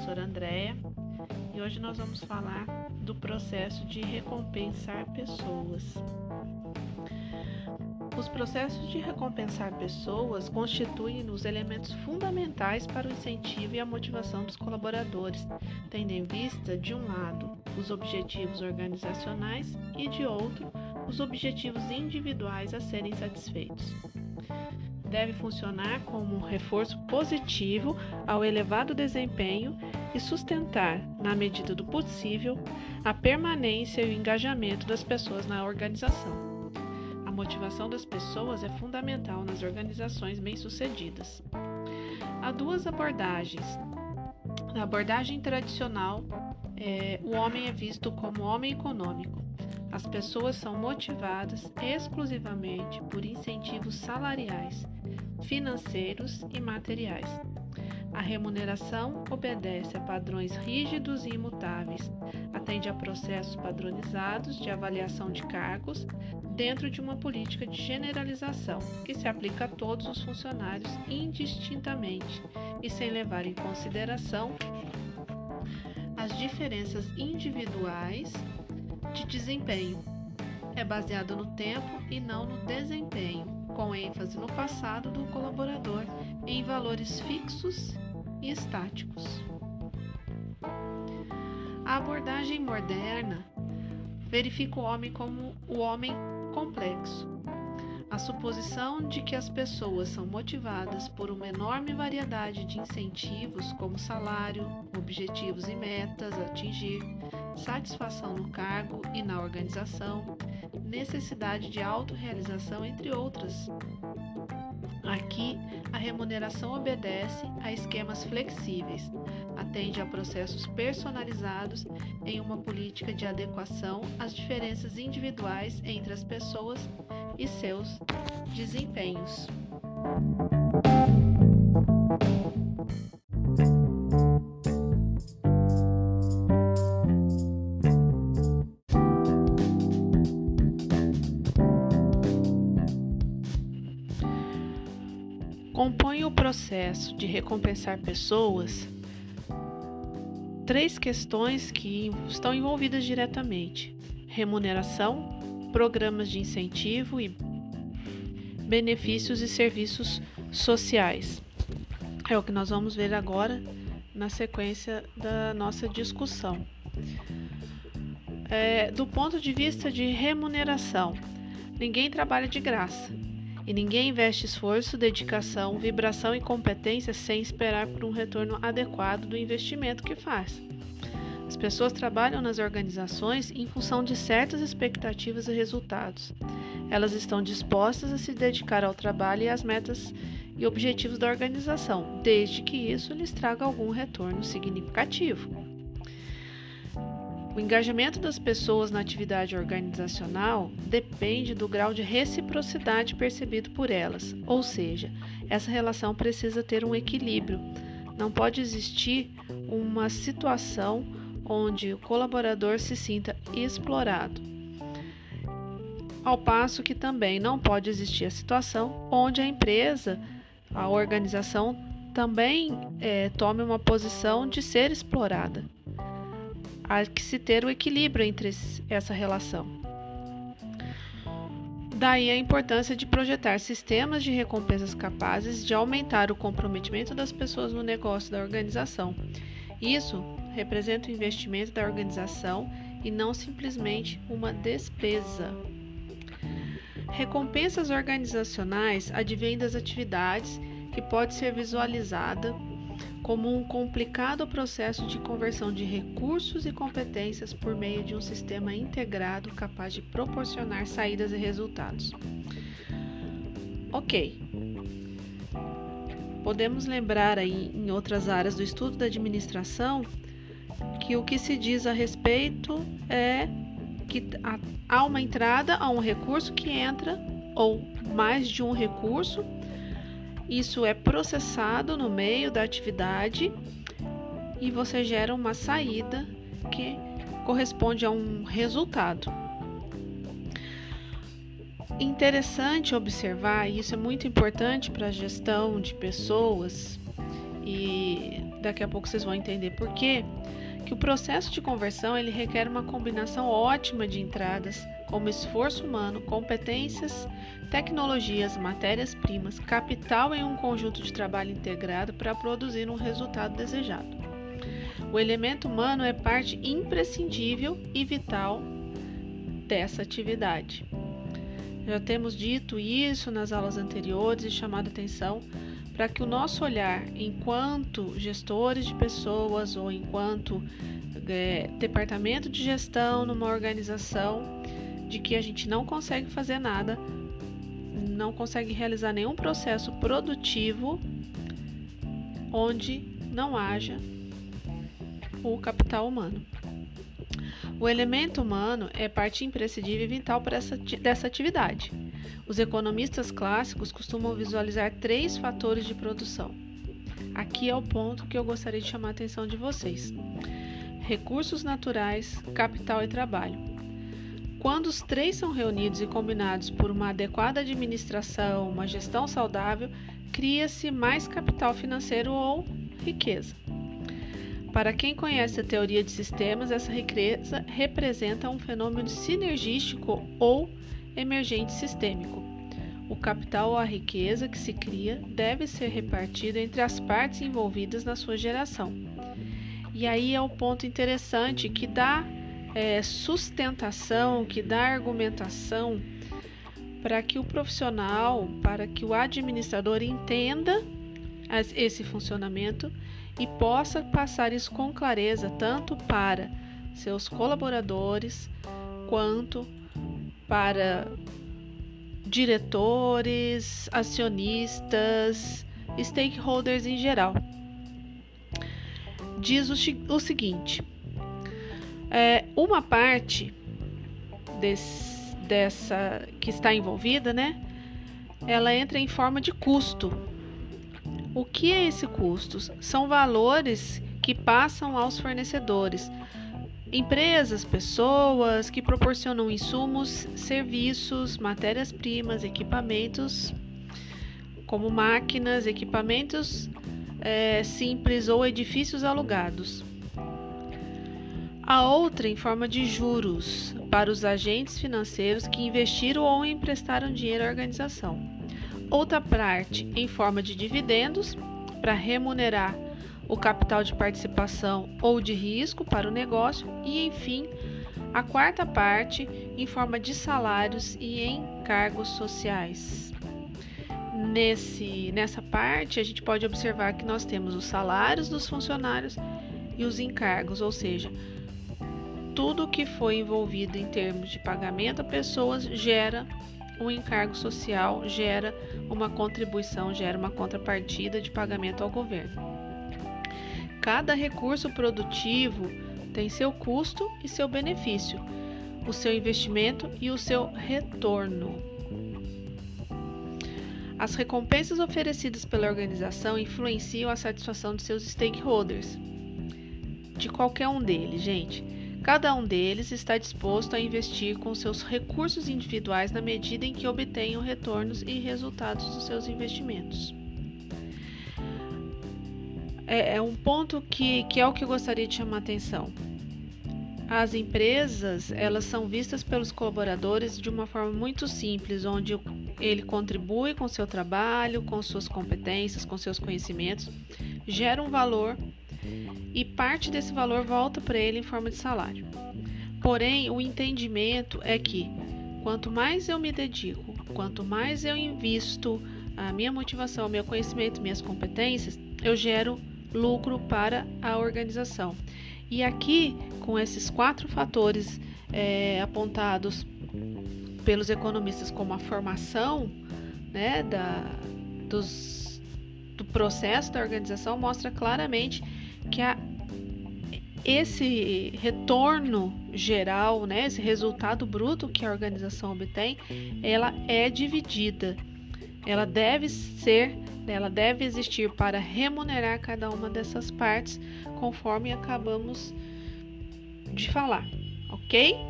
professora Andréia e hoje nós vamos falar do processo de recompensar pessoas. Os processos de recompensar pessoas constituem os elementos fundamentais para o incentivo e a motivação dos colaboradores, tendo em vista, de um lado, os objetivos organizacionais e, de outro, os objetivos individuais a serem satisfeitos. Deve funcionar como um reforço positivo ao elevado desempenho e sustentar, na medida do possível, a permanência e o engajamento das pessoas na organização. A motivação das pessoas é fundamental nas organizações bem-sucedidas. Há duas abordagens. Na abordagem tradicional, o homem é visto como homem econômico. As pessoas são motivadas exclusivamente por incentivos salariais, financeiros e materiais. A remuneração obedece a padrões rígidos e imutáveis, atende a processos padronizados de avaliação de cargos dentro de uma política de generalização que se aplica a todos os funcionários indistintamente e sem levar em consideração as diferenças individuais de desempenho. É baseado no tempo e não no desempenho, com ênfase no passado do colaborador em valores fixos e estáticos. A abordagem moderna verifica o homem como o homem complexo. A suposição de que as pessoas são motivadas por uma enorme variedade de incentivos, como salário, objetivos e metas a atingir, satisfação no cargo e na organização, necessidade de autorrealização, entre outras. Aqui, a remuneração obedece a esquemas flexíveis, atende a processos personalizados em uma política de adequação às diferenças individuais entre as pessoas e seus desempenhos. Compõe o processo de recompensar pessoas três questões que estão envolvidas diretamente: remuneração, programas de incentivo e benefícios e serviços sociais. É o que nós vamos ver agora na sequência da nossa discussão. Do ponto de vista de remuneração, ninguém trabalha de graça. E ninguém investe esforço, dedicação, vibração e competência sem esperar por um retorno adequado do investimento que faz. As pessoas trabalham nas organizações em função de certas expectativas e resultados. Elas estão dispostas a se dedicar ao trabalho e às metas e objetivos da organização, desde que isso lhes traga algum retorno significativo. O engajamento das pessoas na atividade organizacional depende do grau de reciprocidade percebido por elas, ou seja, essa relação precisa ter um equilíbrio. Não pode existir uma situação onde o colaborador se sinta explorado, ao passo que também não pode existir a situação onde a empresa, a organização, também tome uma posição de ser explorada. Há que se ter o equilíbrio entre essa relação. Daí a importância de projetar sistemas de recompensas capazes de aumentar o comprometimento das pessoas no negócio da organização. Isso representa o investimento da organização e não simplesmente uma despesa. Recompensas organizacionais advêm das atividades que pode ser visualizada como um complicado processo de conversão de recursos e competências por meio de um sistema integrado capaz de proporcionar saídas e resultados. Ok. Podemos lembrar aí em outras áreas do estudo da administração que o que se diz a respeito é que há uma entrada a um recurso que entra, ou mais de um recurso. Isso é processado no meio da atividade e você gera uma saída que corresponde a um resultado. Interessante observar, e isso é muito importante para a gestão de pessoas e daqui a pouco vocês vão entender por quê, que o processo de conversão ele requer uma combinação ótima de entradas, como esforço humano, competências, tecnologias, matérias-primas, capital em um conjunto de trabalho integrado para produzir um resultado desejado. O elemento humano é parte imprescindível e vital dessa atividade. Já temos dito isso nas aulas anteriores e chamado atenção para que o nosso olhar enquanto gestores de pessoas ou enquanto departamento de gestão numa organização, de que a gente não consegue fazer nada, não consegue realizar nenhum processo produtivo onde não haja o capital humano. O elemento humano é parte imprescindível e vital dessa atividade. Os economistas clássicos costumam visualizar 3 fatores de produção. Aqui é o ponto que eu gostaria de chamar a atenção de vocês: recursos naturais, capital e trabalho. Quando os 3 são reunidos e combinados por uma adequada administração, uma gestão saudável, cria-se mais capital financeiro ou riqueza. Para quem conhece a teoria de sistemas, essa riqueza representa um fenômeno sinergístico ou emergente sistêmico. O capital ou a riqueza que se cria deve ser repartido entre as partes envolvidas na sua geração. E aí é o ponto interessante que dá sustentação, que dá argumentação para que o profissional, para que o administrador entenda esse funcionamento e possa passar isso com clareza tanto para seus colaboradores quanto para diretores, acionistas, stakeholders em geral. Diz o seguinte: uma parte dessa que está envolvida, ela entra em forma de custo. O que é esse custo? São valores que passam aos fornecedores, empresas, pessoas que proporcionam insumos, serviços, matérias-primas, equipamentos, como máquinas, equipamentos simples ou edifícios alugados. A outra em forma de juros para os agentes financeiros que investiram ou emprestaram dinheiro à organização. Outra parte em forma de dividendos para remunerar o capital de participação ou de risco para o negócio e, enfim, a quarta parte em forma de salários e encargos sociais. Nessa parte, a gente pode observar que nós temos os salários dos funcionários e os encargos, ou seja, tudo que foi envolvido em termos de pagamento a pessoas gera um encargo social, gera uma contribuição, gera uma contrapartida de pagamento ao governo. Cada recurso produtivo tem seu custo e seu benefício, o seu investimento e o seu retorno. As recompensas oferecidas pela organização influenciam a satisfação de seus stakeholders, de qualquer um deles, gente. Cada um deles está disposto a investir com seus recursos individuais na medida em que obtenham retornos e resultados dos seus investimentos. É um ponto que é o que eu gostaria de chamar a atenção. As empresas, elas são vistas pelos colaboradores de uma forma muito simples, onde ele contribui com seu trabalho, com suas competências, com seus conhecimentos, gera um valor e parte desse valor volta para ele em forma de salário. Porém, o entendimento é que quanto mais eu me dedico, quanto mais eu invisto a minha motivação, meu conhecimento, minhas competências, eu gero lucro para a organização. E aqui, com esses 4 fatores apontados pelos economistas como a formação do processo da organização, mostra claramente que esse retorno geral, esse resultado bruto que a organização obtém, ela é dividida. Ela deve existir para remunerar cada uma dessas partes, conforme acabamos de falar, ok?